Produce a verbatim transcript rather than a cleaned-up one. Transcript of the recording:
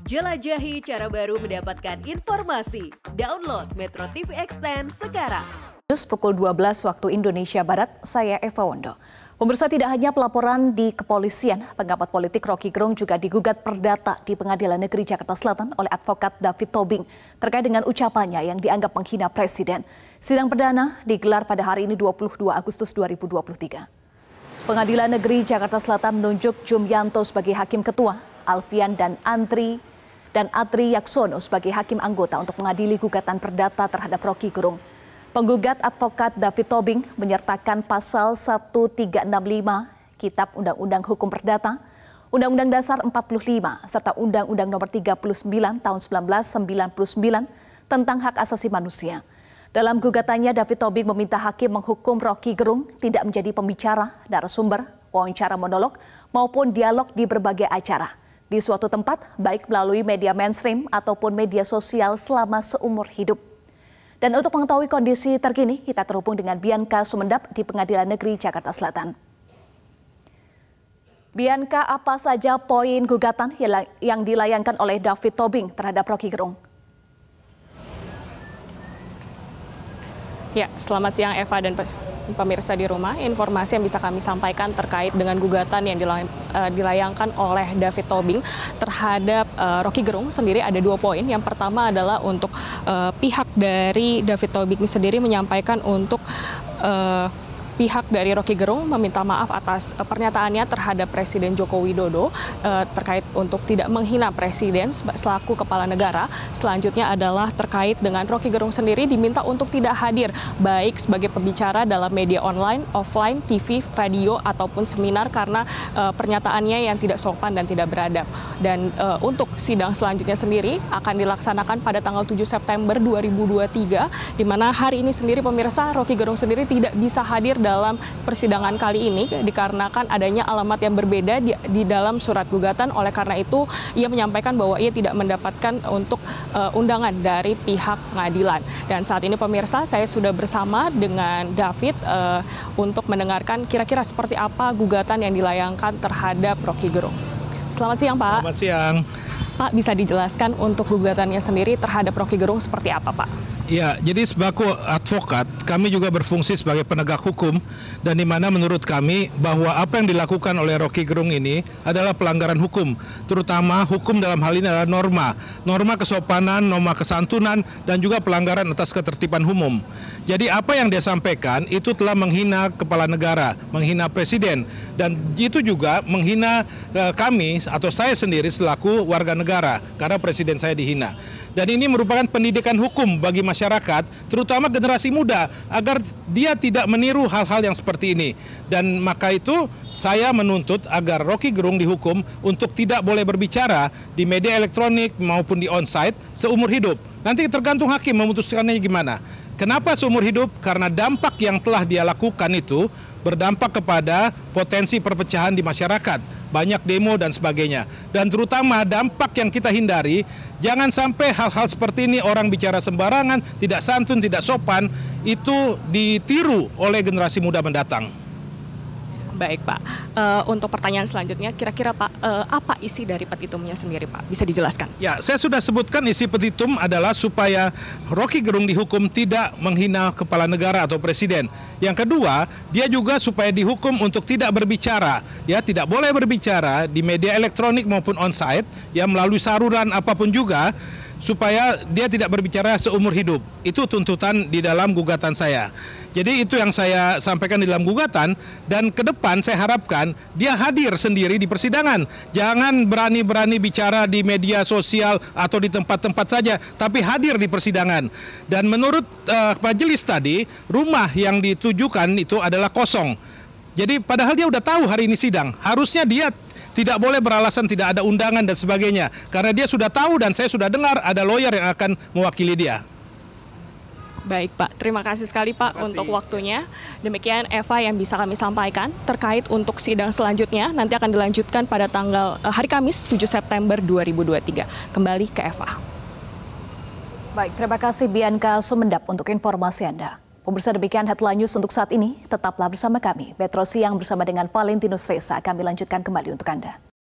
Jelajahi cara baru mendapatkan informasi. Download Metro T V Extend sekarang. Pukul dua belas waktu Indonesia Barat, saya Eva Wondo. Pemirsa, tidak hanya pelaporan di kepolisian, pengamat politik Rocky Gerung juga digugat perdata di Pengadilan Negeri Jakarta Selatan oleh advokat David Tobing terkait dengan ucapannya yang dianggap menghina Presiden. Sidang perdana digelar pada hari ini dua puluh dua Agustus dua ribu dua puluh tiga. Pengadilan Negeri Jakarta Selatan menunjuk Jumyanto sebagai hakim ketua, Alfian dan Andri dan Adri Yaksono sebagai hakim anggota untuk mengadili gugatan perdata terhadap Rocky Gerung. Penggugat advokat David Tobing menyertakan pasal seribu tiga ratus enam puluh lima Kitab Undang-Undang Hukum Perdata, Undang-Undang Dasar empat puluh lima serta Undang-Undang Nomor tiga puluh sembilan Tahun seribu sembilan ratus sembilan puluh sembilan tentang hak asasi manusia. Dalam gugatannya, David Tobing meminta hakim menghukum Rocky Gerung tidak menjadi pembicara, narasumber, wawancara monolog maupun dialog di berbagai acara di suatu tempat, baik melalui media mainstream ataupun media sosial selama seumur hidup. Dan untuk mengetahui kondisi terkini, kita terhubung dengan Bianca Sumendap di Pengadilan Negeri Jakarta Selatan. Bianca, apa saja poin gugatan yang dilayangkan oleh David Tobing terhadap Rocky Gerung? Ya, selamat siang Eva dan pemirsa di rumah. Informasi yang bisa kami sampaikan terkait dengan gugatan yang dilayangkan oleh David Tobing terhadap uh, Rocky Gerung sendiri ada dua poin. Yang pertama adalah untuk uh, pihak dari David Tobing sendiri menyampaikan untuk uh, pihak dari Rocky Gerung meminta maaf atas uh, pernyataannya terhadap Presiden Joko Widodo uh, terkait untuk tidak menghina Presiden selaku kepala negara. Selanjutnya adalah terkait dengan Rocky Gerung sendiri diminta untuk tidak hadir baik sebagai pembicara dalam media online, offline, T V, radio ataupun seminar karena uh, pernyataannya yang tidak sopan dan tidak beradab. Dan uh, untuk sidang selanjutnya sendiri akan dilaksanakan pada tanggal tujuh September dua ribu dua puluh tiga, di mana hari ini sendiri pemirsa Rocky Gerung sendiri tidak bisa hadir dalam persidangan kali ini dikarenakan adanya alamat yang berbeda di, di dalam surat gugatan. Oleh karena itu ia menyampaikan bahwa ia tidak mendapatkan untuk uh, undangan dari pihak pengadilan. Dan saat ini pemirsa, saya sudah bersama dengan David uh, untuk mendengarkan kira-kira seperti apa gugatan yang dilayangkan terhadap Rocky Gerung. Selamat siang Pak. Selamat siang. Pak, bisa dijelaskan untuk gugatannya sendiri terhadap Rocky Gerung seperti apa Pak? Ya, jadi sebagai advokat, kami juga berfungsi sebagai penegak hukum, dan di mana menurut kami bahwa apa yang dilakukan oleh Rocky Gerung ini adalah pelanggaran hukum, terutama hukum dalam hal ini adalah norma, norma kesopanan, norma kesantunan, dan juga pelanggaran atas ketertiban umum. Jadi apa yang dia sampaikan itu telah menghina kepala negara, menghina presiden, dan itu juga menghina eh, kami atau saya sendiri selaku warga negara karena presiden saya dihina. Dan ini merupakan pendidikan hukum bagi masyarakat, terutama generasi muda, agar dia tidak meniru hal-hal yang seperti ini. Dan maka itu saya menuntut agar Rocky Gerung dihukum untuk tidak boleh berbicara di media elektronik maupun di onsite seumur hidup. Nanti tergantung hakim memutuskannya gimana. Kenapa seumur hidup? Karena dampak yang telah dia lakukan itu berdampak kepada potensi perpecahan di masyarakat, banyak demo dan sebagainya. Dan terutama dampak yang kita hindari, jangan sampai hal-hal seperti ini, orang bicara sembarangan, tidak santun, tidak sopan, itu ditiru oleh generasi muda mendatang. Baik Pak, uh, untuk pertanyaan selanjutnya, kira-kira Pak, uh, apa isi dari petitumnya sendiri Pak? Bisa dijelaskan? Ya, saya sudah sebutkan isi petitum adalah supaya Rocky Gerung dihukum tidak menghina kepala negara atau presiden. Yang kedua, dia juga supaya dihukum untuk tidak berbicara, ya tidak boleh berbicara di media elektronik maupun onsite, ya melalui saluran apapun juga, supaya dia tidak berbicara seumur hidup. Itu tuntutan di dalam gugatan saya. Jadi itu yang saya sampaikan di dalam gugatan, dan ke depan saya harapkan dia hadir sendiri di persidangan. Jangan berani-berani bicara di media sosial atau di tempat-tempat saja, tapi hadir di persidangan. Dan menurut uh, majelis tadi, rumah yang ditujukan itu adalah kosong. Jadi padahal dia udah tahu hari ini sidang, harusnya dia tidak boleh beralasan tidak ada undangan dan sebagainya. Karena dia sudah tahu dan saya sudah dengar ada lawyer yang akan mewakili dia. Baik Pak, terima kasih sekali Pak untuk waktunya. Demikian Eva yang bisa kami sampaikan terkait untuk sidang selanjutnya. Nanti akan dilanjutkan pada tanggal uh, hari Kamis tujuh September dua ribu dua puluh tiga. Kembali ke Eva. Baik, terima kasih Bianca Sumendap untuk informasi Anda. Pemirsa, demikian headline news untuk saat ini. Tetaplah bersama kami. Metro Siang bersama dengan Valentinus Reza. Kami lanjutkan kembali untuk Anda.